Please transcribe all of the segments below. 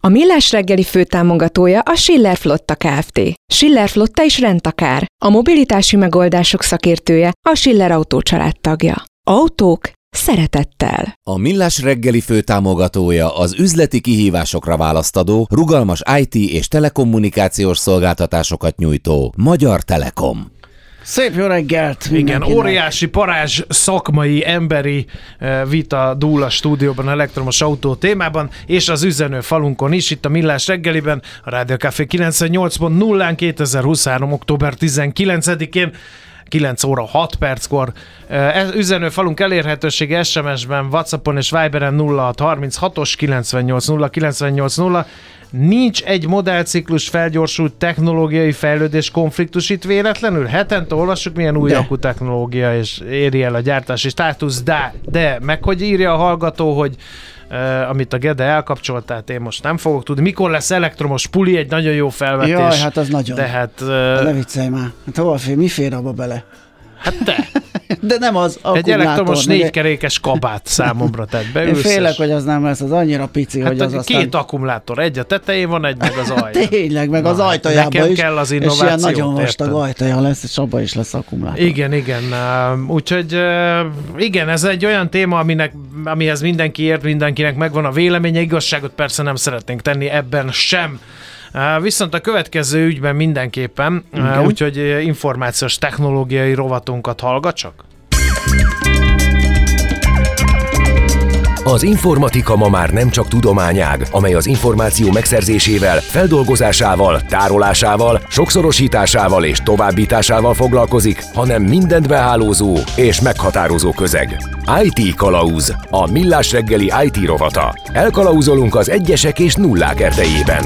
A Millás reggeli főtámogatója a Schiller Flotta Kft. Schiller Flotta is rendtakár. A mobilitási megoldások szakértője, a Schiller Autó család tagja. Autók szeretettel. A Millás reggeli főtámogatója az üzleti kihívásokra választadó, rugalmas IT és telekommunikációs szolgáltatásokat nyújtó Magyar Telekom. Szép jó reggelt! Igen, óriási parázs szakmai, emberi vita dúl a stúdióban elektromos autó témában, és az üzenő falunkon is, itt a Millás reggeliben, a Rádió Café 98.0-án 2023. október 19-én, 9 óra 6 perckor. Üzenőfalunk elérhetősége SMS-ben, WhatsAppon és Viberen 0636-os 980980. Nincs egy modellciklus felgyorsult technológiai fejlődés konfliktus itt véletlenül? Hetente olvassuk, milyen új akkutechnológia és éri el a gyártási státusz, de meg hogy írja a hallgató, hogy amit a Gede elkapcsolt, tehát én most nem fogok tudni. Mikor lesz elektromos puli? Egy nagyon jó felvetés. Jaj, hát az nagyon. De hát... Ne viccelj már. Hát hol fér, mi fér abba bele? Hát te! De nem az egy elektromos négykerékes kabát számomra tett be. Én félek, hogy az nem lesz, az annyira pici, hát hogy az aztán... Két akkumulátor, egy a tetején van, egy meg az alján. Tényleg, meg az ajtajában nekem is. Kell az innováció, és ilyen nagyon vastag ajtaja lesz, és abban is lesz akkumulátor. Igen. Úgyhogy igen, ez egy olyan téma, amihez mindenki ért, mindenkinek megvan a véleménye, igazságot persze nem szeretnénk tenni ebben sem. Viszont a következő ügyben mindenképpen, úgyhogy információs technológiai rovatunkat hallgatsak. Az informatika ma már nem csak tudományág, amely az információ megszerzésével, feldolgozásával, tárolásával, sokszorosításával és továbbításával foglalkozik, hanem mindent behálózó és meghatározó közeg. IT Kalauz, a Millás reggeli IT rovata. Elkalauzolunk az egyesek és nullák erdejében.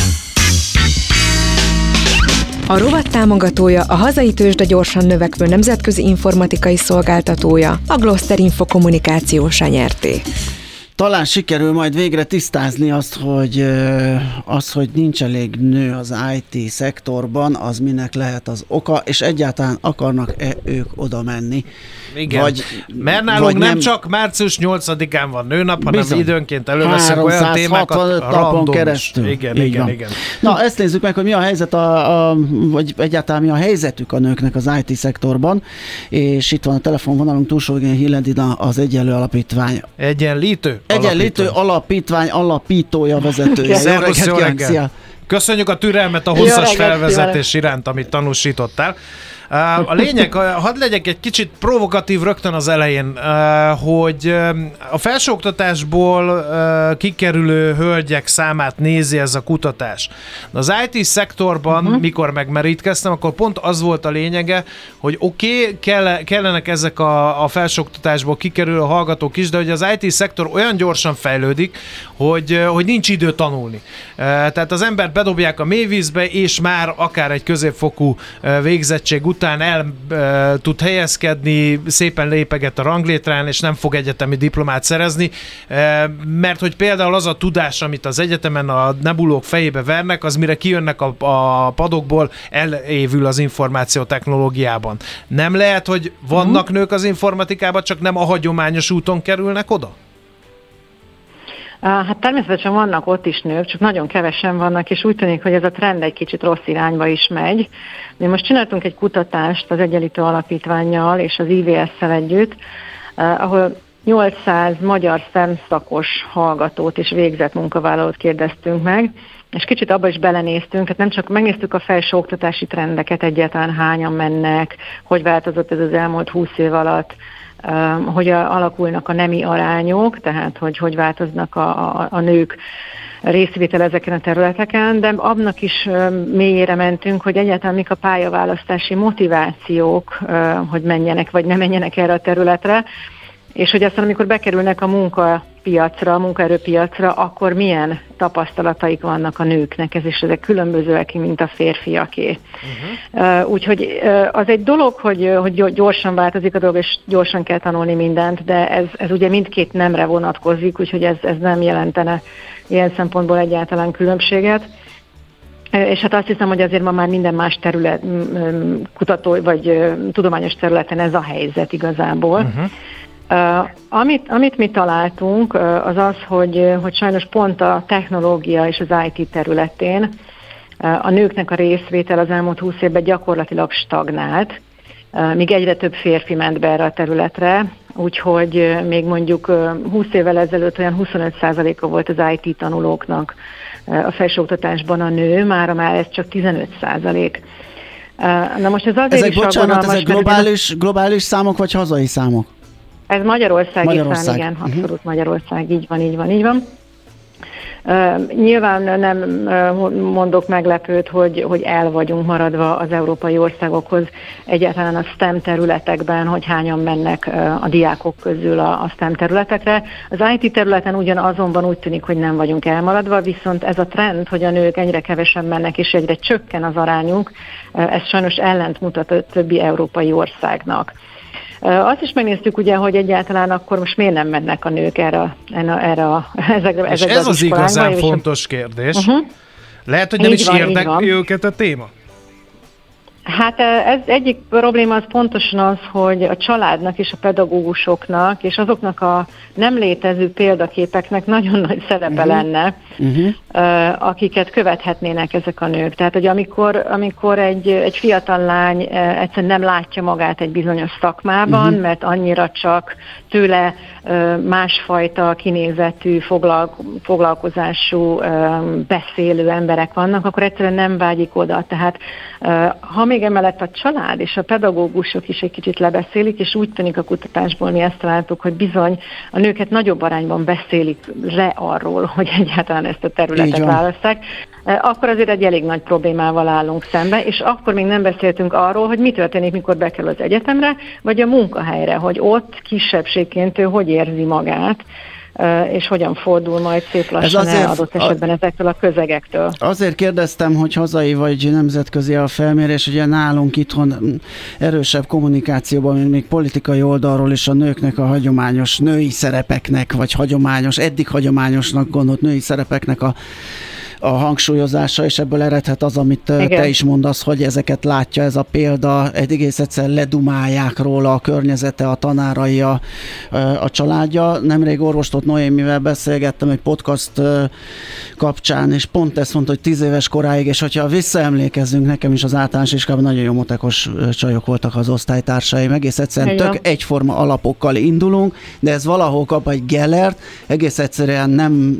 A rovat támogatója a hazai tőzsde gyorsan növekvő nemzetközi informatikai szolgáltatója, a Gloster Info Kommunikációs Nyrt. Talán sikerül majd végre tisztázni azt, hogy nincs elég nő az IT szektorban, az minek lehet az oka, és egyáltalán akarnak-e ők oda menni. Igen, mert nálunk nem csak március 8-án van nőnap, hanem időnként előveszünk olyan témákat napon keresztül. Igen. Na, ezt nézzük meg, hogy mi a helyzet, vagy egyáltalán mi a helyzetük a nőknek az IT szektorban, és itt van a telefonvonalunk túlsó végén Hillendina, az Egyenlő Alapítvány. Egyenlítő Alapítvány alapítója, vezetője. Szervusz, jó reggel! Köszönjük a türelmet a hosszas felvezetés iránt, amit tanúsítottál. A lényeg, hadd legyek egy kicsit provokatív rögtön az elején, hogy a felsőoktatásból kikerülő hölgyek számát nézi ez a kutatás. Az IT szektorban, mikor megmerítkeztem, akkor pont az volt a lényege, hogy kellenek ezek a felsőoktatásból kikerülő hallgatók is, de hogy az IT szektor olyan gyorsan fejlődik, hogy nincs idő tanulni. Tehát az embert bedobják a mélyvízbe, és már akár egy középfokú végzettség után el tud helyezkedni, szépen lépeget a ranglétrán, és nem fog egyetemi diplomát szerezni, mert hogy például az a tudás, amit az egyetemen a nebulók fejébe vernek, az mire kijönnek a padokból, elévül az információtechnológiában. Nem lehet, hogy vannak nők az informatikában, csak nem a hagyományos úton kerülnek oda? Hát természetesen vannak ott is nők, csak nagyon kevesen vannak, és úgy tűnik, hogy ez a trend egy kicsit rossz irányba is megy. Mi most csináltunk egy kutatást az Egyenlítő Alapítvánnyal és az IVS-szel együtt, ahol 800 magyar szemszakos hallgatót és végzett munkavállalót kérdeztünk meg, és kicsit abba is belenéztünk, hát nem csak megnéztük a felsőoktatási trendeket, egyáltalán hányan mennek, hogy változott ez az elmúlt 20 év alatt, hogy alakulnak a nemi arányok, tehát hogy változnak a nők részvétel ezeken a területeken, de abnak is mélyére mentünk, hogy egyáltalán mik a pályaválasztási motivációk, hogy menjenek vagy ne menjenek erre a területre, és hogy aztán amikor bekerülnek a munkaerőpiacra, akkor milyen tapasztalataik vannak a nőknek, ezek különbözőek, mint a férfiaké. Úgyhogy az egy dolog, hogy gyorsan változik a dolog, és gyorsan kell tanulni mindent, de ez ugye mindkét nemre vonatkozik, úgyhogy ez nem jelentene ilyen szempontból egyáltalán különbséget. És hát azt hiszem, hogy azért ma már minden más terület, kutató vagy tudományos területen ez a helyzet igazából. Amit mi találtunk, az az, hogy sajnos pont a technológia és az IT területén a nőknek a részvétel az elmúlt 20 évben gyakorlatilag stagnált, míg egyre több férfi ment be erre a területre, úgyhogy még mondjuk 20 évvel ezelőtt olyan 25%-a volt az IT tanulóknak a felsőoktatásban a nő, mára már ez csak 15%. Na most ez azért ezek, is bocsánat, ezek globális számok, vagy hazai számok? Ez Magyarországi szám, igen, abszolút Magyarország, így van. Nyilván nem mondok meglepőt, hogy el vagyunk maradva az európai országokhoz egyáltalán a STEM területekben, hogy hányan mennek a diákok közül a STEM területekre. Az IT területen azonban úgy tűnik, hogy nem vagyunk elmaradva, viszont ez a trend, hogy a nők egyre kevesen mennek és egyre csökken az arányunk, ez sajnos ellentmutat a többi európai országnak. Azt is megnéztük ugye, hogy egyáltalán akkor most miért nem mennek a nők ezekre és ez az igazán fontos kérdés. Lehet, hogy nem is érdekli őket a téma? Hát ez egyik probléma az pontosan az, hogy a családnak és a pedagógusoknak és azoknak a nem létező példaképeknek nagyon nagy szerepe lenne, akiket követhetnének ezek a nők. Tehát, hogy amikor egy fiatal lány egyszerűen nem látja magát egy bizonyos szakmában, mert annyira csak tőle másfajta kinézetű, foglalkozású, beszélő emberek vannak, akkor egyszerűen nem vágyik oda. Tehát ha még emellett a család és a pedagógusok is egy kicsit lebeszélik, és úgy tűnik a kutatásból, mi ezt találtuk, hogy bizony a nőket nagyobb arányban beszélik le arról, hogy egyáltalán ezt a területet választák, akkor azért egy elég nagy problémával állunk szembe, és akkor még nem beszéltünk arról, hogy mi történik, mikor bekerül az egyetemre, vagy a munkahelyre, hogy ott kisebbségként ő hogy érzi magát, és hogyan fordul majd szép lassan el adott esetben ezektől a közegektől. Azért kérdeztem, hogy hazai vagy nemzetközi a felmérés, ugye nálunk itthon erősebb kommunikációban, mint még politikai oldalról is a nőknek a hagyományos női szerepeknek, vagy eddig hagyományosnak gondolt női szerepeknek a hangsúlyozása, és ebből eredhet az, amit te is mondasz, hogy ezeket látja ez a példa, egész egyszer ledumálják róla a környezete, a tanárai, a családja. Nemrég orvostott Noémivel beszélgettem egy podcast kapcsán, és pont ezt mondta, hogy 10 éves koráig, és hogyha visszaemlékezzünk, nekem is az általános iskolában nagyon jó matekos csajok voltak az osztálytársaim, egész egyszerűen tök egyforma alapokkal indulunk, de ez valahol kap egy gellert, egész egyszerűen nem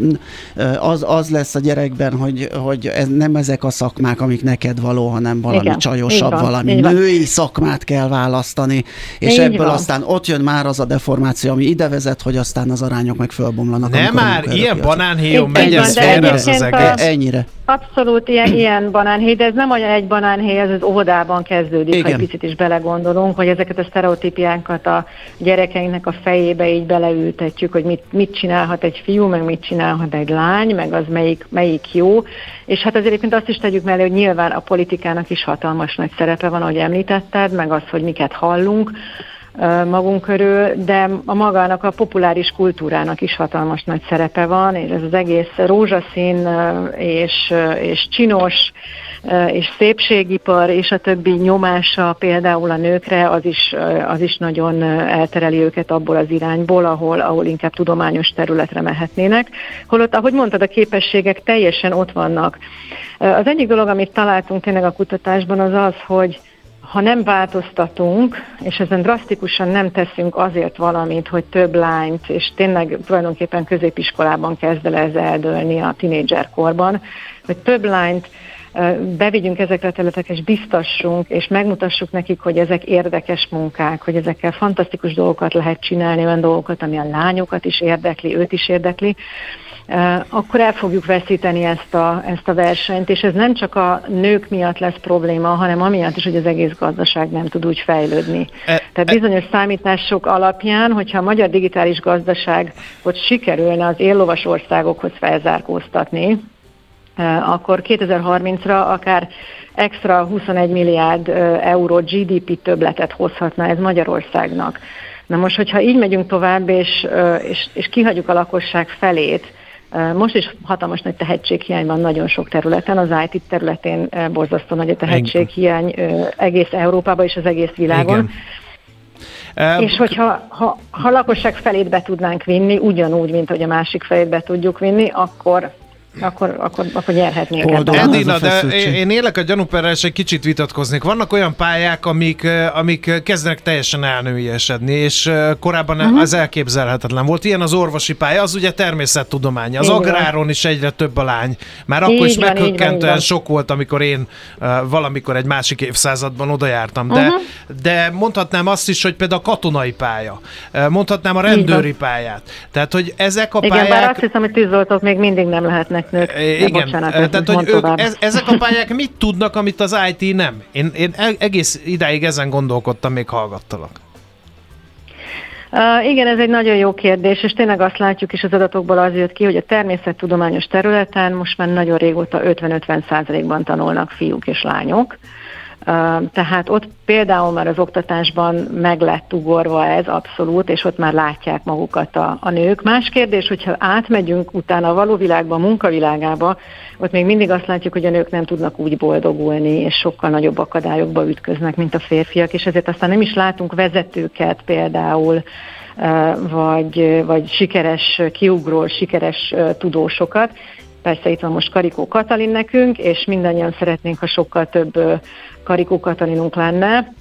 az lesz a gyerekben, hogy ez nem ezek a szakmák, amik neked való, hanem valami csajosabb, valami női szakmát kell választani, és ebből aztán ott jön már az a deformáció, ami ide vezet, hogy aztán az arányok meg fölbomlanak. Nem már, ilyen banánhéjon megy ez félre az egész. Ennyire. Abszolút ilyen banánhéj, de ez nem olyan egy banánhéj, ez az óvodában kezdődik, ha egy picit is belegondolunk, hogy ezeket a sztereotípiánkat a gyerekeinknek a fejébe így beleültetjük, hogy mit csinálhat egy fiú, meg mit csinálhat egy lány, meg az melyik jó. És hát azért egyébként azt is tegyük mellé, hogy nyilván a politikának is hatalmas nagy szerepe van, ahogy említetted, meg az, hogy miket hallunk magunk körül, de a magának a populáris kultúrának is hatalmas nagy szerepe van, és ez az egész rózsaszín és csinos és szépségipar és a többi nyomása például a nőkre, az is nagyon eltereli őket abból az irányból, ahol inkább tudományos területre mehetnének. Holott, ahogy mondtad, a képességek teljesen ott vannak. Az egyik dolog, amit találtunk tényleg a kutatásban, az az, hogy ha nem változtatunk, és ezen drasztikusan nem teszünk azért valamit, hogy több lányt, és tényleg tulajdonképpen középiskolában kezd el ez eldőlni a tinédzserkorban, hogy több lányt bevigyünk ezekre a területekre, és biztassunk, és megmutassuk nekik, hogy ezek érdekes munkák, hogy ezekkel fantasztikus dolgokat lehet csinálni, olyan dolgokat, ami a lányokat is érdekli, őt is érdekli, akkor el fogjuk veszíteni ezt a versenyt, és ez nem csak a nők miatt lesz probléma, hanem amiatt is, hogy az egész gazdaság nem tud úgy fejlődni. Tehát bizonyos számítások alapján, hogyha a magyar digitális gazdaságot sikerülne az éllovas országokhoz felzárkóztatni, akkor 2030-ra akár extra 21 milliárd euró GDP többletet hozhatna ez Magyarországnak. Na most, hogyha így megyünk tovább, és kihagyjuk a lakosság felét, most is hatalmas nagy tehetséghiány van nagyon sok területen, az IT területén borzasztó nagy a tehetséghiány egész Európában és az egész világon. Igen. És hogyha ha lakosság felét be tudnánk vinni, ugyanúgy, mint hogy a másik felét be tudjuk vinni, akkor nyerhetnénk. Edina, de én élek a gyanúperrel, és egy kicsit vitatkoznék. Vannak olyan pályák, amik kezdenek teljesen elnőiesedni, és korábban az elképzelhetetlen volt. Ilyen az orvosi pálya, az ugye természettudomány. Az agráron is egyre több a lány. Már akkor is meghökkentően sok volt, amikor én valamikor egy másik évszázadban oda jártam. De mondhatnám azt is, hogy például a katonai pálya. Mondhatnám a rendőri pályát. Tehát, hogy ezek a pályák... Igen, bár azt hiszem, hogy tűzoltók még mindig nem lehetnek nők. Igen, bocsánat, tehát hogy ezek a pályák mit tudnak, amit az IT nem? Én egész idáig ezen gondolkodtam, még hallgattalak. Igen, ez egy nagyon jó kérdés, és tényleg azt látjuk is az adatokból az jött ki, hogy a természettudományos területen most már nagyon régóta 50-50%-ban tanulnak fiúk és lányok. Tehát ott például már az oktatásban meg lett ugorva ez abszolút, és ott már látják magukat a nők. Más kérdés, hogyha átmegyünk utána a való világba, a munkavilágába, ott még mindig azt látjuk, hogy a nők nem tudnak úgy boldogulni, és sokkal nagyobb akadályokba ütköznek, mint a férfiak, és ezért aztán nem is látunk vezetőket például, vagy sikeres, kiugról sikeres tudósokat. Persze itt van most Karikó Katalin nekünk, és mindannyian szeretnénk, ha sokkal több Karikó Katalinunk lenne,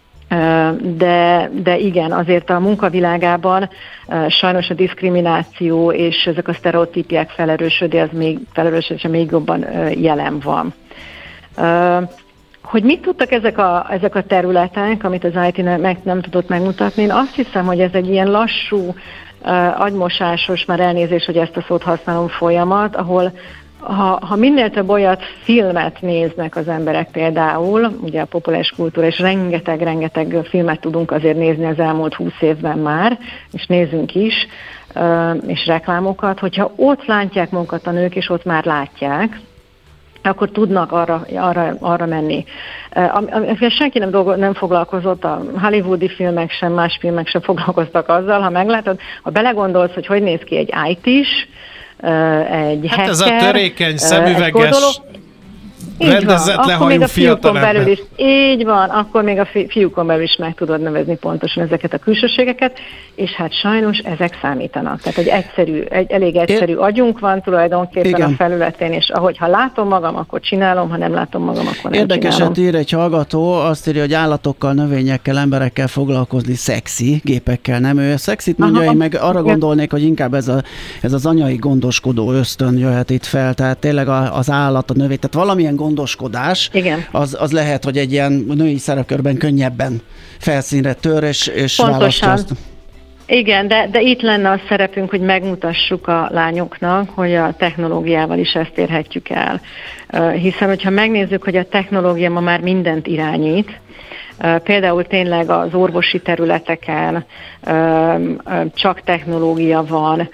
de igen, azért a munkavilágában sajnos a diszkrimináció és ezek a sztereotípiák felerősödése még jobban jelen van. Hogy mit tudtak ezek a területek, amit az IT nem tudott megmutatni, én azt hiszem, hogy ez egy ilyen lassú, agymosásos, már elnézés, hogy ezt a szót használom, folyamat, ahol ha minél több olyat filmet néznek az emberek például, ugye a populáris kultúra, és rengeteg filmet tudunk azért nézni az elmúlt 20 évben már, és nézünk is, és reklámokat, hogyha ott látják magukat a nők, és ott már látják, akkor tudnak arra menni. Senki nem foglalkozott, a hollywoodi filmek sem, más filmek sem foglalkoztak azzal, ha meglátod, ha belegondolsz, hogy néz ki egy IT-s, egy hacker, ez a törékeny, szemüveges, rendezett lehajú fiatal ember. Így van, akkor még a fiúkon belül is meg tudod nevezni pontosan ezeket a külsőségeket, és hát sajnos ezek számítanak. Tehát egy elég egyszerű agyunk van tulajdonképpen igen. A felületén, és ha látom magam, akkor csinálom, ha nem látom magam, akkor nem Érdekeset csinálom. ír egy hallgató, azt írja, hogy állatokkal, növényekkel, emberekkel foglalkozni szexi, gépekkel nem. Ő szexit mondja, én meg arra gondolnék, hogy inkább ez az anyai gondoskodó ösztön jöhet itt fel, tehát tényleg az állat, a növény, tehát valamilyen gondoskodás, az lehet, hogy egy ilyen női szerepkörben könnyebben felszínre tör, és választja azt. Igen, de itt lenne a szerepünk, hogy megmutassuk a lányoknak, hogy a technológiával is ezt érhetjük el. Hiszen, hogyha megnézzük, hogy a technológia ma már mindent irányít, például tényleg az orvosi területeken csak technológia van,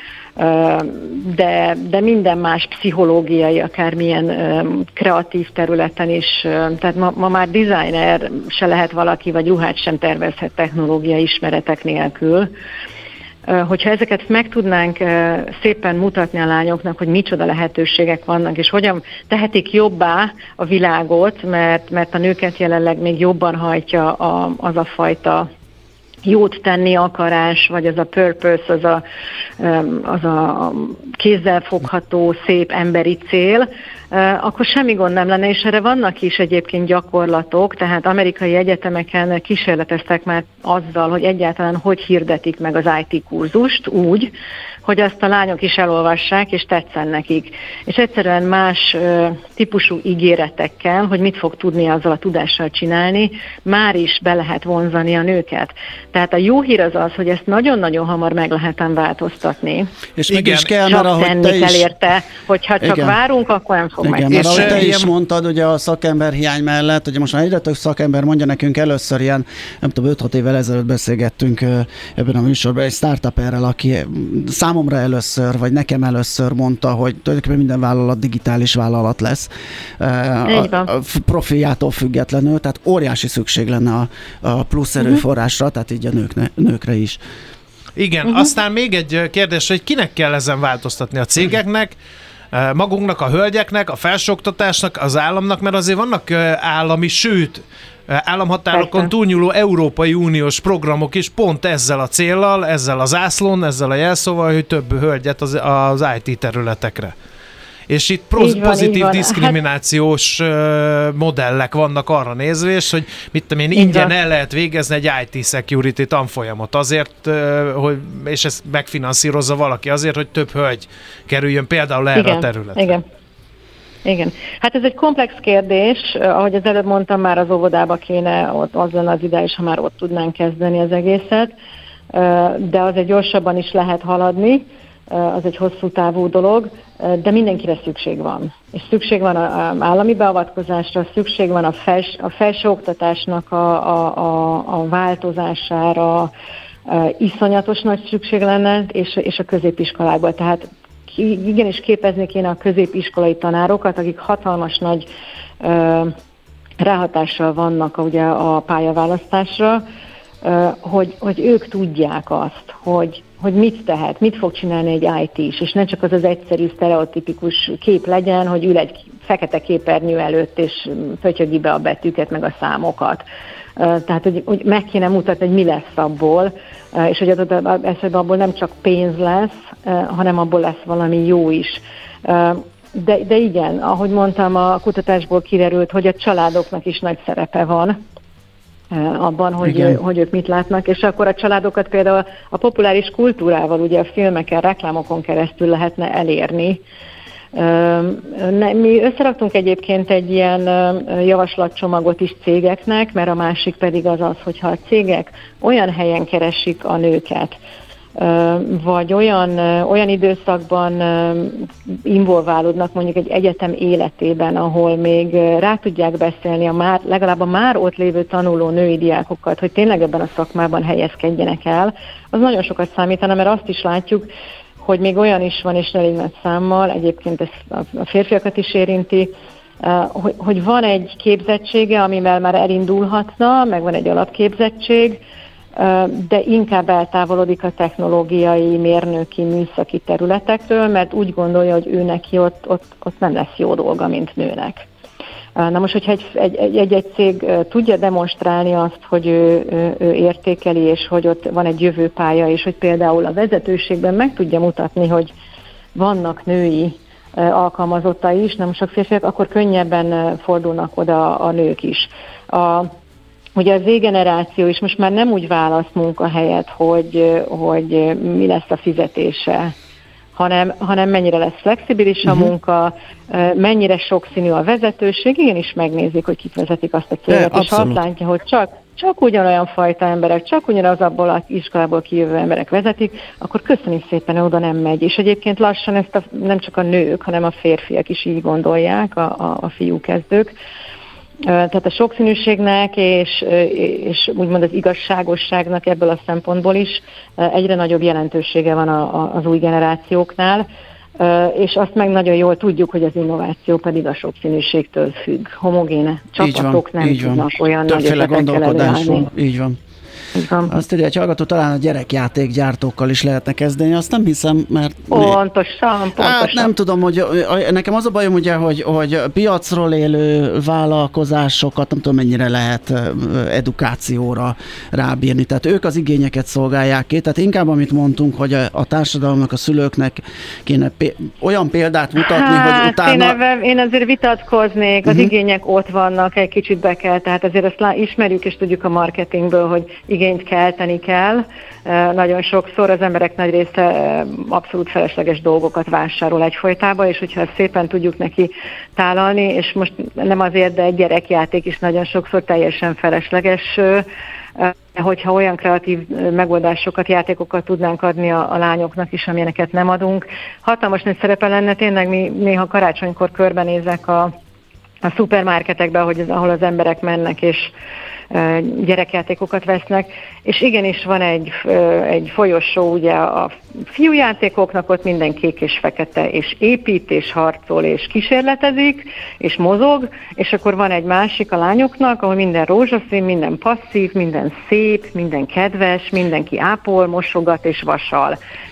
de minden más pszichológiai, akármilyen kreatív területen is, tehát ma már designer se lehet valaki, vagy ruhát sem tervezhet technológiai ismeretek nélkül. Hogyha ezeket meg tudnánk szépen mutatni a lányoknak, hogy micsoda lehetőségek vannak, és hogyan tehetik jobbá a világot, mert a nőket jelenleg még jobban hajtja az a fajta jót tenni akarás, vagy az a purpose, az a kézzelfogható, szép emberi cél, akkor semmi gond nem lenne, és erre vannak is egyébként gyakorlatok, tehát amerikai egyetemeken kísérleteztek már azzal, hogy egyáltalán hogy hirdetik meg az IT kurzust úgy, hogy azt a lányok is elolvassák, és tetszen nekik. És egyszerűen más típusú ígéretekkel, hogy mit fog tudni azzal a tudással csinálni, már is be lehet vonzani a nőket. Tehát a jó hír az, hogy ezt nagyon-nagyon hamar meg lehetem változtatni. És meg is kell, csak tenni kell érte, hogyha csak várunk, akkor nem fog meg. Mert ahogy te is mondtad, ugye a szakember hiány mellett, ugye most már egyre több szakember mondja nekünk, először ilyen, nem tudom, 5-6 évvel ezelőtt beszélgettünk ebben a műsorban egy startuperrel, aki számomra először, vagy nekem először mondta, hogy tulajdonképpen minden vállalat digitális vállalat lesz. A profiljától függetlenül, tehát óriási szükség lenne a plusz erőforrásra, tehát így a nőkre is. Igen, aztán még egy kérdés, hogy kinek kell ezen változtatni? A cégeknek, magunknak, a hölgyeknek, a felsőoktatásnak, az államnak, mert azért vannak állami, sőt, államhatárokon túlnyúló Európai Uniós programok is pont ezzel a céllal, ezzel az zászlón, ezzel a jelszóval, hogy több hölgyet az IT területekre. És itt pozitív diszkriminációs modellek vannak arra nézvés, hogy ingyen el lehet végezni egy IT security tanfolyamot azért, és ezt megfinanszírozza valaki azért, hogy több hölgy kerüljön például erre a területre. Igen. Hát ez egy komplex kérdés, ahogy az előbb mondtam, már az óvodába kéne, ott az lenne az ideális, ha már ott tudnánk kezdeni az egészet, de azért gyorsabban is lehet haladni, az egy hosszú távú dolog, de mindenkire szükség van. És szükség van az állami beavatkozásra, szükség van a felsőoktatásnak a változására, iszonyatos nagy szükség lenne, és a középiskolákban. Tehát igenis képezni kéne a középiskolai tanárokat, akik hatalmas nagy ráhatással vannak ugye a pályaválasztásra, hogy ők tudják azt, hogy mit tehet, mit fog csinálni egy IT-s, és ne csak az egyszerű, sztereotipikus kép legyen, hogy ül egy fekete képernyő előtt, és pötyögi be a betűket, meg a számokat. Tehát, hogy meg kéne mutatni, hogy mi lesz abból, és hogy abból nem csak pénz lesz, hanem abból lesz valami jó is. De igen, ahogy mondtam, a kutatásból kiderült, hogy a családoknak is nagy szerepe van abban, hogy ők mit látnak, és akkor a családokat például a populáris kultúrával, ugye a filmeken, reklámokon keresztül lehetne elérni. Mi összeraktunk egyébként egy ilyen javaslatcsomagot is cégeknek, mert a másik pedig az, hogyha a cégek olyan helyen keresik a nőket, vagy olyan időszakban involválódnak mondjuk egy egyetem életében, ahol még rá tudják beszélni legalább a már ott lévő tanuló női diákokat, hogy tényleg ebben a szakmában helyezkedjenek el, az nagyon sokat számítana, mert azt is látjuk, hogy még olyan is van, és elég nagy számmal, egyébként ez a férfiakat is érinti, hogy van egy képzettsége, amivel már elindulhatna, meg van egy alapképzettség, de inkább eltávolodik a technológiai, mérnöki, műszaki területektől, mert úgy gondolja, hogy ő neki ott nem lesz jó dolga, mint nőnek. Na most, hogyha egy cég tudja demonstrálni azt, hogy ő értékeli, és hogy ott van egy jövőpálya, és hogy például a vezetőségben meg tudja mutatni, hogy vannak női alkalmazottai is, nem csak férfiak, akkor könnyebben fordulnak oda a nők is. Ugye a Z-generáció is most már nem úgy választ munkahelyet, hogy mi lesz a fizetése, hanem mennyire lesz flexibilis a munka, mennyire sokszínű a vezetőség, igenis megnézik, hogy kik vezetik azt a céget, és ha azt látja, hogy csak ugyanolyan fajta emberek, csak ugyanaz abból az iskolából kijövő emberek vezetik, akkor köszönjük szépen, oda nem megy. És egyébként lassan ezt nem csak a nők, hanem a férfiak is így gondolják, a fiúkezdők. Tehát a sokszínűségnek és úgymond az igazságosságnak ebből a szempontból is egyre nagyobb jelentősége van az új generációknál, és azt meg nagyon jól tudjuk, hogy az innováció pedig a sokszínűségtől függ. Homogén csapatok nem tudnak olyan nagy ötletekkel előállni. Így van. Azt írja, hogy hallgató, talán a gyerekjátékgyártókkal is lehetne kezdeni, azt nem hiszem, mert... Pontosan. Hát nem tudom, hogy nekem az a bajom, ugye, hogy piacról élő vállalkozásokat nem tudom, mennyire lehet edukációra rábírni. Tehát ők az igényeket szolgálják ki, tehát inkább amit mondtunk, hogy a társadalomnak, a szülőknek kéne olyan példát mutatni, hogy utána... Én azért vitatkoznék, az igények ott vannak, egy kicsit be kell, tehát azért azt ismerjük és tudjuk a marketingből, hogy igényt kelteni kell. Nagyon sokszor az emberek nagy része abszolút felesleges dolgokat vásárol egyfolytában, és hogyha ezt szépen tudjuk neki tálalni, és most nem azért, de egy gyerekjáték is nagyon sokszor teljesen felesleges, hogyha olyan kreatív megoldásokat, játékokat tudnánk adni a lányoknak is, amilyeneket nem adunk. Hatalmas nagy szerepe lenne, tényleg mi néha karácsonykor körbenézek a szupermarketekbe, ahol az emberek mennek, és gyerekjátékokat vesznek, és igenis van egy folyosó ugye a fiújátékoknak, ott minden kék és fekete, és épít, és harcol, és kísérletezik, és mozog, és akkor van egy másik a lányoknak, ahol minden rózsaszín, minden passzív, minden szép, minden kedves, mindenki ápol, mosogat és vasal.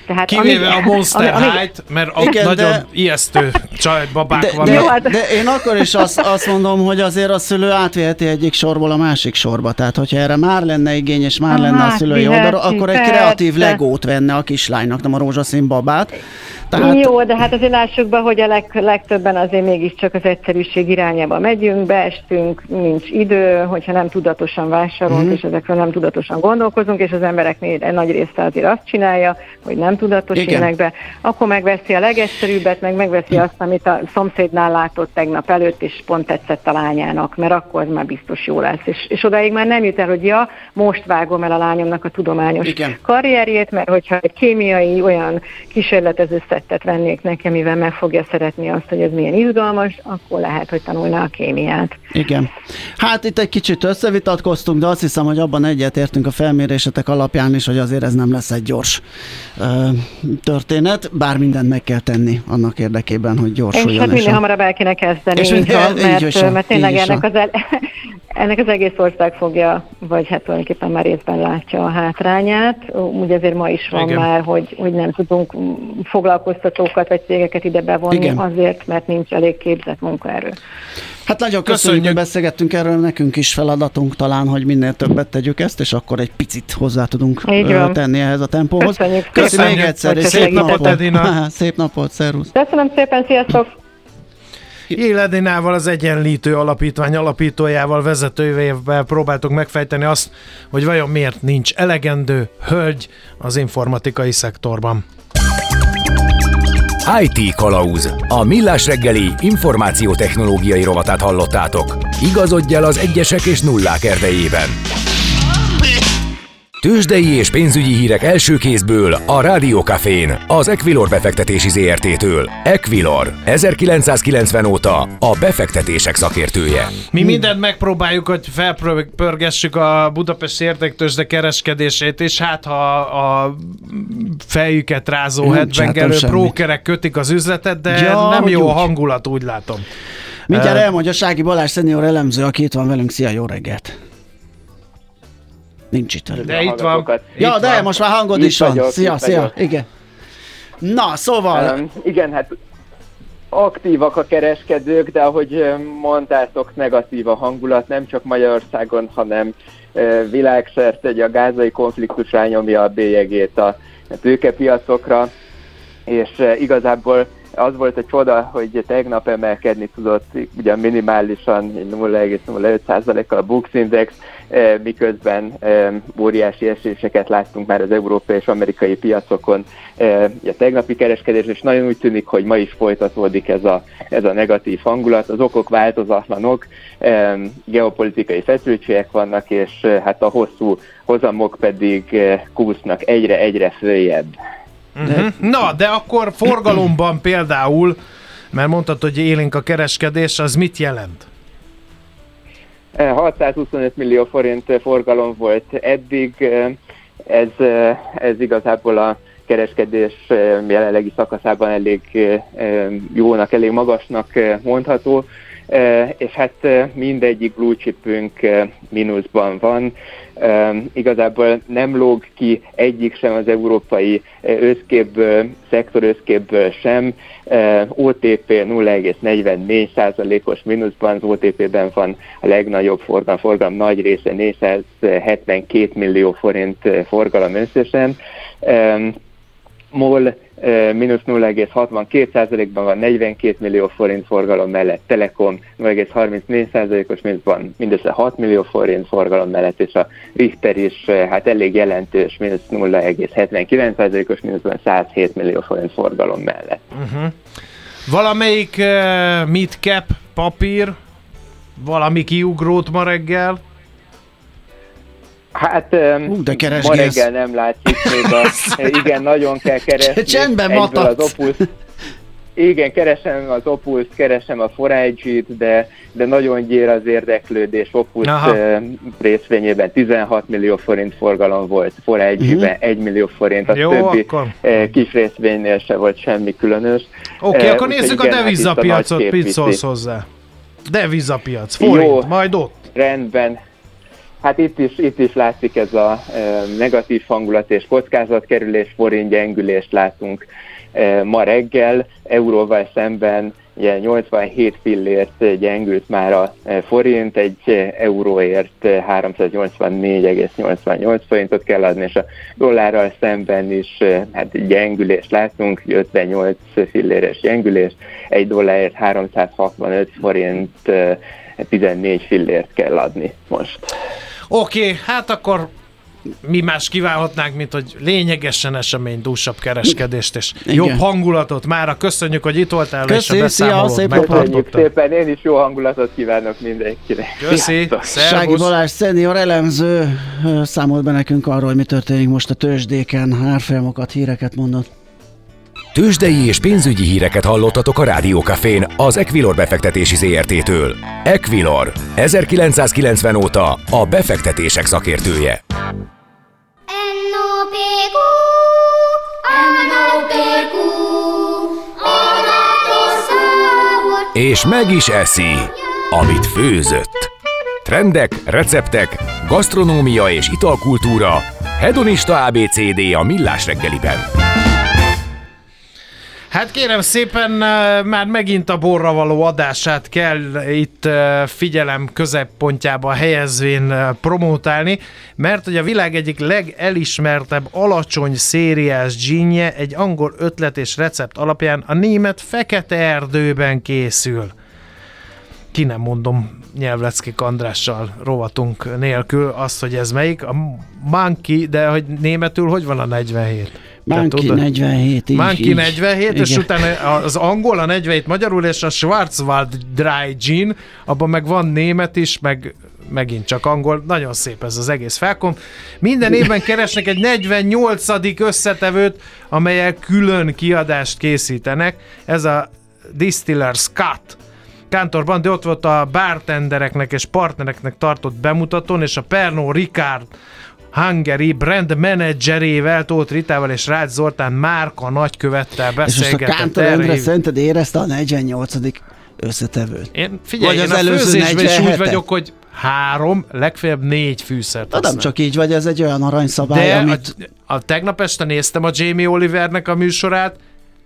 Tehát kivéve a Monster High-t, mert igen, nagyon ijesztő csajbabák vannak. De én akkor is azt mondom, hogy azért a szülő átviheti egyik sorból a másik sorba. Tehát, hogyha erre már lenne igény, és már lenne a szülői oldalra, akkor egy kreatív legót venne a kislánynak, nem a rózsaszín babát. Tehát... Jó, de hát azért lássuk be, hogy a legtöbben azért mégiscsak az egyszerűség irányába megyünk, beestünk, nincs idő, hogyha nem tudatosan vásárolunk, és ezekről nem tudatosan gondolkozunk, és az embereknél egy nagy része azért azt csinálja, hogy nem tudatosítanak be, akkor megveszi a legegyszerűbbet, megveszi azt, amit a szomszédnál látott tegnap előtt, és pont tetszett a lányának, mert akkor az már biztos jó lesz. És odáig már nem jut el, hogy most vágom el a lányomnak a tudományos karrierjét, mert hogyha egy kémiai olyan kísérletező szettet vennék neki, mivel meg fogja szeretni azt, hogy ez milyen izgalmas, akkor lehet, hogy tanulná a kémiát. Igen. Hát itt egy kicsit összevitatkoztunk, de azt hiszem, hogy abban egyetértünk a felmérésetek alapján is, hogy azért ez nem lesz egy gyors történet, bár mindent meg kell tenni annak érdekében, hogy gyorsuljon. És hát minél hamarabb el kéne kezdeni, mert tényleg ennek az egész ország fogja, vagy hát tulajdonképpen már részben látja a hátrányát. Úgy azért ma is van már, hogy nem tudunk foglalkoztatókat vagy cégeket ide bevonni azért, mert nincs elég képzett munkaerő. Hát nagyon köszönjük, hogy beszélgettünk erről, nekünk is feladatunk talán, hogy minél többet tegyük ezt, és akkor egy picit hozzá tudunk tenni ehhez a tempóhoz. Köszönjük még egyszer, és szép napot, Edina! Szép napot, szervusz! Köszönöm szépen, sziasztok! Jél Edinával, az Egyenlítő Alapítvány alapítójával, vezetőjével próbáltuk megfejteni azt, hogy vajon miért nincs elegendő hölgy az informatikai szektorban. IT Kalauz. A Millás reggeli információtechnológiai rovatát hallottátok. Igazodj el az egyesek és nullák erdejében. Tőzsdei és pénzügyi hírek első kézből a Rádió Cafén, az Equilor befektetési ZRT-től. Equilor, 1990 óta a befektetések szakértője. Mi mindent megpróbáljuk, hogy felpörgessük a Budapesti Értéktőzsde kereskedését, és hát ha a fejüket rázó headbangerő brókerek kötik az üzletet, de nem jó a hangulat, úgy látom. Mindjárt elmondja Sági Balázs szenior elemző, aki itt van velünk. Szia, jó reggelt! Nincs itt. De itt van. Ja, de most már hangod is van. Szia. Igen. Na, szóval... Igen, hát aktívak a kereskedők, de ahogy mondtátok, negatív a hangulat, nem csak Magyarországon, hanem világszerte. A gázai konfliktus rányomja a bélyegét a tőkepiacokra, és igazából az volt a csoda, hogy tegnap emelkedni tudott ugyan minimálisan 0,05%-kal a Bux Index, miközben óriási eséseket láttunk már az európai és amerikai piacokon. A tegnapi kereskedés, és nagyon úgy tűnik, hogy ma is folytatódik ez a negatív hangulat. Az okok változatlanok, geopolitikai feszültségek vannak, és hát a hosszú hozamok pedig kúsznak egyre följebb. Na, de akkor forgalomban például, mert mondtad, hogy élénk a kereskedés, az mit jelent? 625 millió forint forgalom volt eddig, ez igazából a kereskedés jelenlegi szakaszában elég jónak, elég magasnak mondható, és hát mindegyik blue chipünk mínuszban van. Igazából nem lóg ki egyik sem az európai összképből, szektor összképből sem. OTP 0,44%-os mínuszban, az OTP-ben van a legnagyobb forgalom nagy része, 472 millió forint forgalom összesen. MOL mínusz 0,62%-ban van 42 millió forint forgalom mellett, Telekom 0,34%-os mínuszban mindössze 6 millió forint forgalom mellett, és a Richter is hát elég jelentős, mínusz 0,79%-os mínuszban 107 millió forint forgalom mellett. Valamelyik mid-cap papír, valami kiugrót ma reggel? Hát ma reggel nem látszik még igen, nagyon kell keresni. Csendben matatsz. Igen, keresem az Opus-t, keresem a Forage-t, de nagyon gyér az érdeklődés. Opus részvényében 16 millió forint forgalom volt, Forage-ben 1 millió forint, a többi akkor kis részvénynél se volt semmi különös. Oké, akkor nézzük a devizapiacot, mit szólsz hozzá? Devizapiac, forint, majd ott. Rendben. Hát itt is látszik ez a negatív hangulat és kockázatkerülés, forint gyengülést látunk ma reggel, euróval szemben ugye 87 fillért gyengült már a forint, egy euróért 384,88 forintot kell adni, és a dollárral szemben is hát gyengülést látunk, 58 filléres gyengülés, egy dollárért 365 forint 14 fillért kell adni most. Oké, hát akkor mi más kívánhatnánk, mint hogy lényegesen eseménydúsabb kereskedést és jobb hangulatot. Mára köszönjük, hogy itt voltál, és a beszámolót megtartottad. Szépen, én is jó hangulatot kívánok mindenkinek. Köszi, Sági Balázs szenior elemző számolt be nekünk arról, hogy mi történik most a tőzsdéken, árfolyamokat, híreket mondott. Tőzsdei és pénzügyi híreket hallottatok a Rádió Cafén az Equilor befektetési ZRT-től. Equilor, 1990 óta a befektetések szakértője. És meg is eszi, amit főzött. Trendek, receptek, gasztronómia és italkultúra, hedonista ABCD a Millás reggeliben. Hát kérem szépen, már megint a borra való adását kell itt figyelem középpontjába helyezvén promótálni, mert hogy a világ egyik legelismertebb alacsony szériás ginje egy angol ötlet és recept alapján a német Fekete Erdőben készül. Ki nem mondom Nyelvleckik Andrással rovatunk nélkül azt, hogy ez melyik. A Monkey, de hogy németül hogy van a 47? Monkey 47, így. Monkey 47, igen. És utána az angol, a 47 magyarul, és a Schwarzwald Dry Gin, abban meg van német is, meg megint csak angol. Nagyon szép ez az egész felkom. Minden évben keresnek egy 48. összetevőt, amelyel külön kiadást készítenek. Ez a Distiller's Cut Kántorban, de ott volt a bartendereknek és partnereknek tartott bemutatón, és a Pernod Ricard Hungary brand menedzserével, Tóth Ritával és Rácz Zoltán márka nagykövettel beszélgetett. És most a Kántor Endre szerinted érezte a 48. összetevőt? Én a főzésben is úgy vagyok, hogy 3, legfeljebb 4 fűszert használ. Nem csak így vagy, ez egy olyan aranyszabály, de amit... a tegnap este néztem a Jamie Olivernek a műsorát,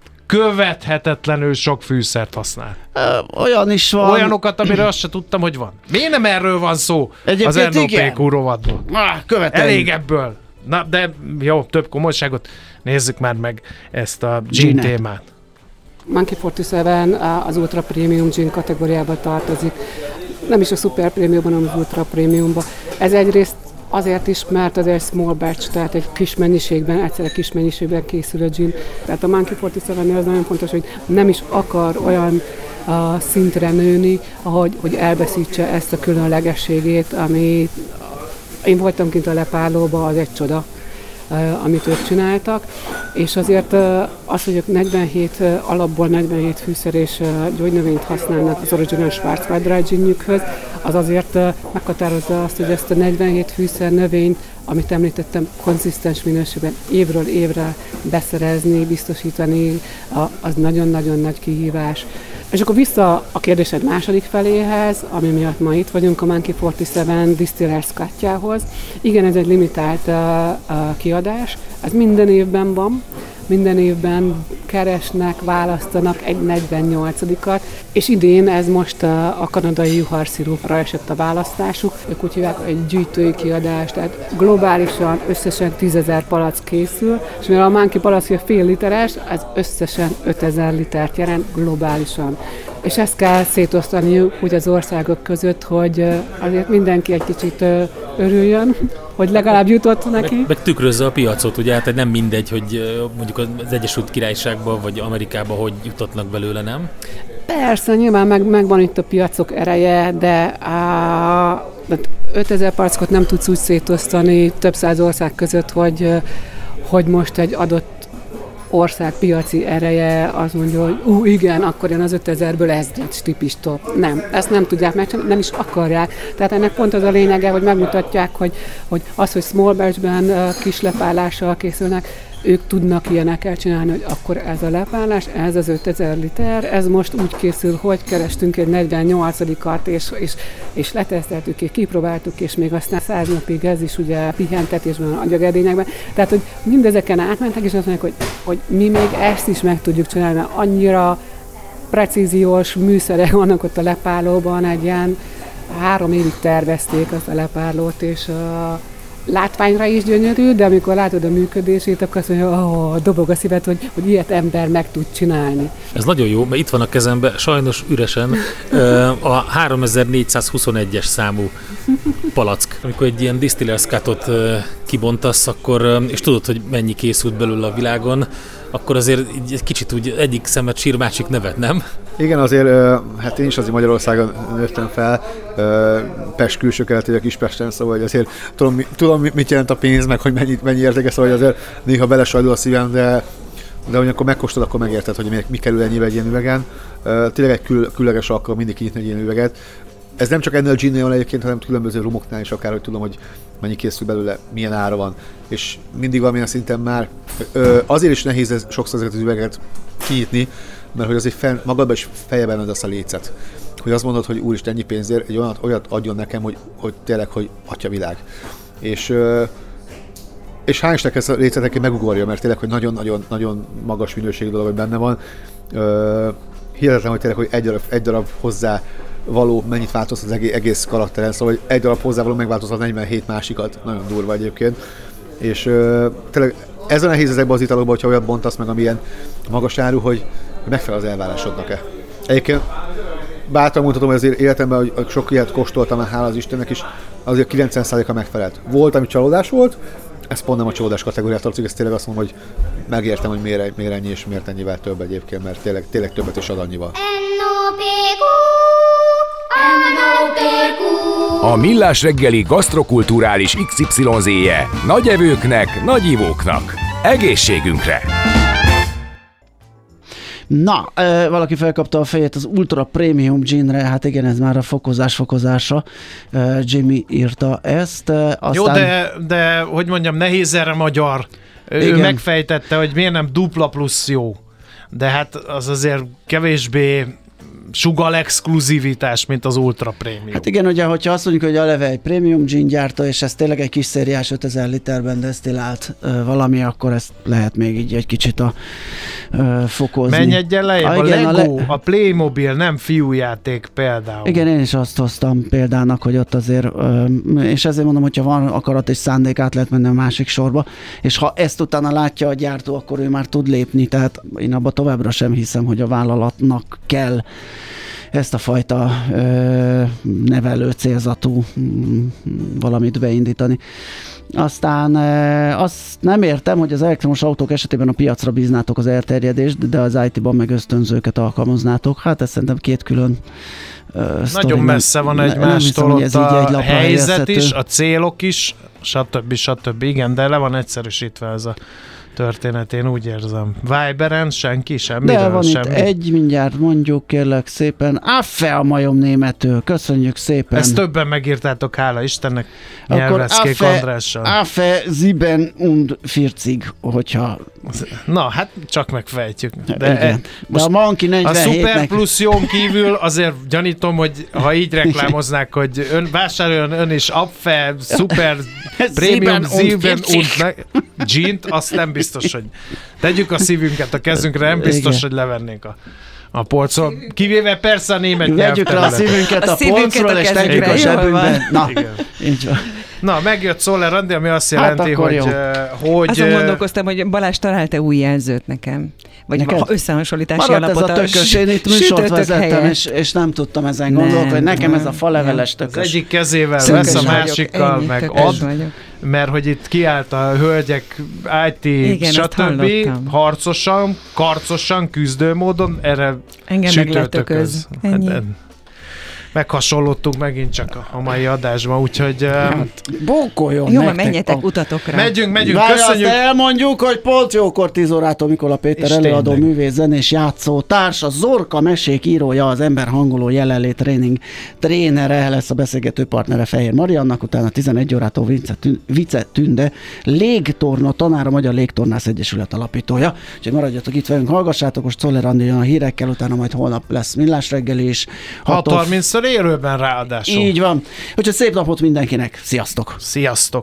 követhetetlenül sok fűszert használ. Olyan is van. Olyanokat, amire azt se tudtam, hogy van. Miért nem erről van szó egyébként az NOPQ rovatból? Elég ebből. Na, de jó, több komolyságot. Nézzük már meg ezt a gin témát. Monkey 47 az ultra premium gin kategóriába tartozik. Nem is a super premiumban, hanem az ultra premiumban. Ez egyrészt azért is, mert az egy small batch, tehát egy kis mennyiségben, egyszerre kis mennyiségben készül a gin. Tehát a Monkey 47-nél az nagyon fontos, hogy nem is akar olyan szintre nőni, hogy elveszítse ezt a különlegességét, ami én voltam kint a lepárlóban, az egy csoda, amit ők csináltak, és azért az, hogy ők 47 alapból 47 fűszer és gyógynövényt használnak az Original Schwarzwald Dry Ginjükhöz, az azért meghatározza azt, hogy ezt a 47 fűszer növényt, amit említettem, konzisztens minőségben évről évre beszerezni, biztosítani, az nagyon-nagyon nagy kihívás. És akkor vissza a kérdésed második feléhez, ami miatt ma itt vagyunk, a Monkey 47 Distiller's Cut-jához. Igen, ez egy limitált kiadás, ez minden évben van, minden évben keresnek, választanak egy 48-at, és idén ez most a kanadai juharszirupra esett a választásuk. Ők úgy hívják, egy gyűjtői kiadás, tehát globálisan összesen 10.000 palack készül, és mivel a Monkey palackja fél literes, ez összesen 5.000 litert jelent globálisan. És ezt kell szétosztaniuk úgy az országok között, hogy azért mindenki egy kicsit örüljön, hogy legalább jutott neki. Meg tükrözze a piacot, ugye, hát nem mindegy, hogy mondjuk az Egyesült Királyságban vagy Amerikában hogy jutatnak belőle, nem? Persze, nyilván megvan itt a piacok ereje, de 5000 palackot nem tudsz úgy szétosztani több száz ország között, hogy most egy adott ország piaci ereje azt mondja, hogy igen, akkor én az 5000-ből ez típis top. Nem, ezt nem tudják megcsinálni, nem is akarják. Tehát ennek pont az a lényege, hogy megmutatják, hogy az, hogy small batchben kis lepállással készülnek, ők tudnak ilyenekkel csinálni, hogy akkor ez a lepárlás, ez az 5000 liter, ez most úgy készül, hogy kerestünk egy 48-at, és leteszteltük, és kipróbáltuk, és még aztán 100 napig ez is ugye pihentetésben, agyagedényekben. Tehát, hogy mindezeken átmentek, és azt mondják, hogy mi még ezt is meg tudjuk csinálni, mert annyira precíziós műszerek vannak ott a lepárlóban, egy ilyen 3 évig tervezték azt a lepárlót, és látványra is gyönyörű, de amikor látod a működését, akkor azt mondja, dobog a szíved, hogy ilyet ember meg tud csinálni. Ez nagyon jó, mert itt van a kezemben, sajnos üresen, a 3421-es számú palack. Amikor egy ilyen distillers cutot kibontasz, akkor, és tudod, hogy mennyi készült belőle a világon, akkor azért egy kicsit úgy egyik szemet sír, másik nevet, nem? Igen, azért, hát én is azért Magyarországon nőttem fel, Pest külső keletében, Kispesten, szóval azért tudom, mit jelent a pénz, meg hogy mennyi értéke, szóval azért néha belesajlul a szívem, de hogy akkor megkóstolod, akkor megérted, hogy mi kerül ennyibe egy ilyen üvegen. Tényleg egy különleges alkalom mindig kinyitni egy ilyen üveget. Ez nem csak ennél a ginnél egyébként, hanem különböző rumoknál is akár, hogy tudom, hogy mennyi készül belőle, milyen ára van. És mindig valamilyen szinten már azért is nehéz ez sokszor ezeket az üvegeket kinyitni, mert hogy azért magadban is fejében ad azt a lécet. Hogy azt mondod, hogy úristen, ennyi pénzért egy olyat adjon nekem, hogy tényleg, hogy atyavilág. És hányisnek ezt a lécetek megugorja, mert tényleg, hogy nagyon magas minőségű dolog, hogy benne van. Hihetetlen, hogy tényleg, hogy egy darab hozzá való mennyit változtat az egész karakteren, szóval hogy egy darab hozzávaló megváltoztat 47 másikat, nagyon durva egyébként. És tényleg ez a nehéz ezekben az italokban, hogyha olyat bontasz meg, amilyen magas áru, hogy megfelel az elvárásodnak-e. Egyébként bátran mutatom, hogy azért életemben, hogy sok ilyet kóstoltam már, hála az Istennek is, azért 90%-a megfelelt. Volt, ami csalódás volt, ez pont nem a csalódás kategóriát tartozik, ez tényleg azt mondom, hogy megértem, hogy miért ennyi és miért ennyivel több egyébként, mert tényleg többet is ad annyival. A Millás reggeli gasztrokulturális XYZ-je nagy evőknek, nagy ivóknak. Egészségünkre! Na, valaki felkapta a fejét az Ultra Premium Ginre, hát igen, ez már a fokozása. Jimmy írta ezt. Aztán... Jó, de hogy mondjam, nehéz erre magyar. Ő megfejtette, hogy miért nem dupla plusz jó. De hát az azért kevésbé sugal exkluzivitás, mint az Ultra Premium. Hát igen, ugye, hogyha azt mondjuk, hogy eleve egy Premium Gin gyártó, és ez tényleg egy kis szériás 5000 literben desztillált valami, akkor ezt lehet még így egy kicsit fokozni. Menj egyen lejjebb, a Lego, a Playmobil, nem fiújáték például. Igen, én is azt hoztam példának, hogy ott azért, és ezért mondom, hogyha van akarat és szándék, át lehet menni a másik sorba, és ha ezt utána látja a gyártó, akkor ő már tud lépni, tehát én abban továbbra sem hiszem, hogy a vállalatnak kell ezt a fajta nevelő célzatú valamit beindítani. Aztán azt nem értem, hogy az elektromos autók esetében a piacra bíznátok az elterjedést, de az IT-ban meg ösztönzőket alkalmaznátok. Hát ez szerintem két külön nagyon messze van egymástól, ott a helyzet is, a célok is, stb. Igen, de le van egyszerűsítve ez a történet, én úgy érzem. Viberen senki, semmiről, de van semmi. Itt egy, mindjárt mondjuk, kérlek szépen. Affe a majom németül, köszönjük szépen. Ezt többen megírtátok, hála Istennek, Nyelveszkék Andrással. Affe sieben und 40, hogyha... Na, hát csak megfejtjük. De a Monkey 47-nek... A Super Plus jón kívül azért gyanítom, hogy ha így reklámoznák, hogy vásároljon ön is Affe Super Premium Sieben und Gint, azt nem biztos, hogy tegyük a szívünket a kezünkre, nem biztos, hogy levennénk a polcról. Kivéve persze a német nyelvterület. Vegyük le a szívünket a polcról, és tegyük a zsebünkbe. Na, így van. Na, megjött Szoller Andi, ami azt jelenti, hogy... Azon gondolkoztam, hogy Balázs talált-e új jelzőt nekem? Vagy összehasonlítási alapot. Maradt ez a tökös, én itt műsort vezettem, és nem tudtam ezen gondolni, hogy nekem ez a faleveles tökös. Az egyik kezével vesz, a másikkal meg ad, mert hogy itt kiállt a hölgyek IT, igen, stb. Harcosan, karcosan, küzdő módon, erre sütőtököz. meghasonlottunk megint csak a mai adásban, úgyhogy... Bókoljon jó, menjetek utatokra. Megyünk, köszönjük. Azt elmondjuk, hogy pont jókor 10 órától Mikola Péter előadó, művész, zenés, játszó társ, a Zorka mesék írója, az emberhangoló jelenlét trénere lesz a beszélgető partnere Fehér Mariannak, utána 11 órától Vice Tünde, légtorna tanára, Magyar Légtornász Egyesület alapítója. Úgyhogy maradjatok itt velünk, hallgassátok, most Czoller Andi a hírekkel, utána majd holnap lesz Millás reggeli is. 6:30-szor élőben ráadásul. Így van. Úgyhogy szép napot mindenkinek. Sziasztok! Sziasztok!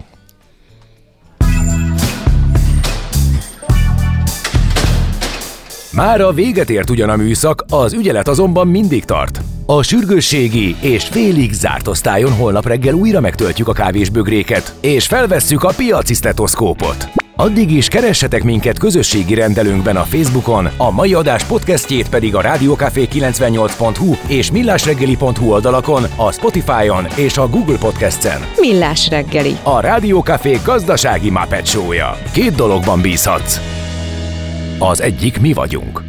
Mára véget ért ugyan a műszak, az ügyelet azonban mindig tart. A sürgősségi és félig zárt osztályon holnap reggel újra megtöltjük a kávésbögréket, és felvesszük a piaci sztetoszkópot. Addig is keressetek minket közösségi rendelőnkben a Facebookon, a mai adás podcastjét pedig a rádiókafé98.hu és millásreggeli.hu oldalakon, a Spotify-on és a Google Podcast-en. Millás reggeli. A Rádiókafé gazdasági Muppet Show-ja. 2 dologban bízhatsz. Az egyik mi vagyunk.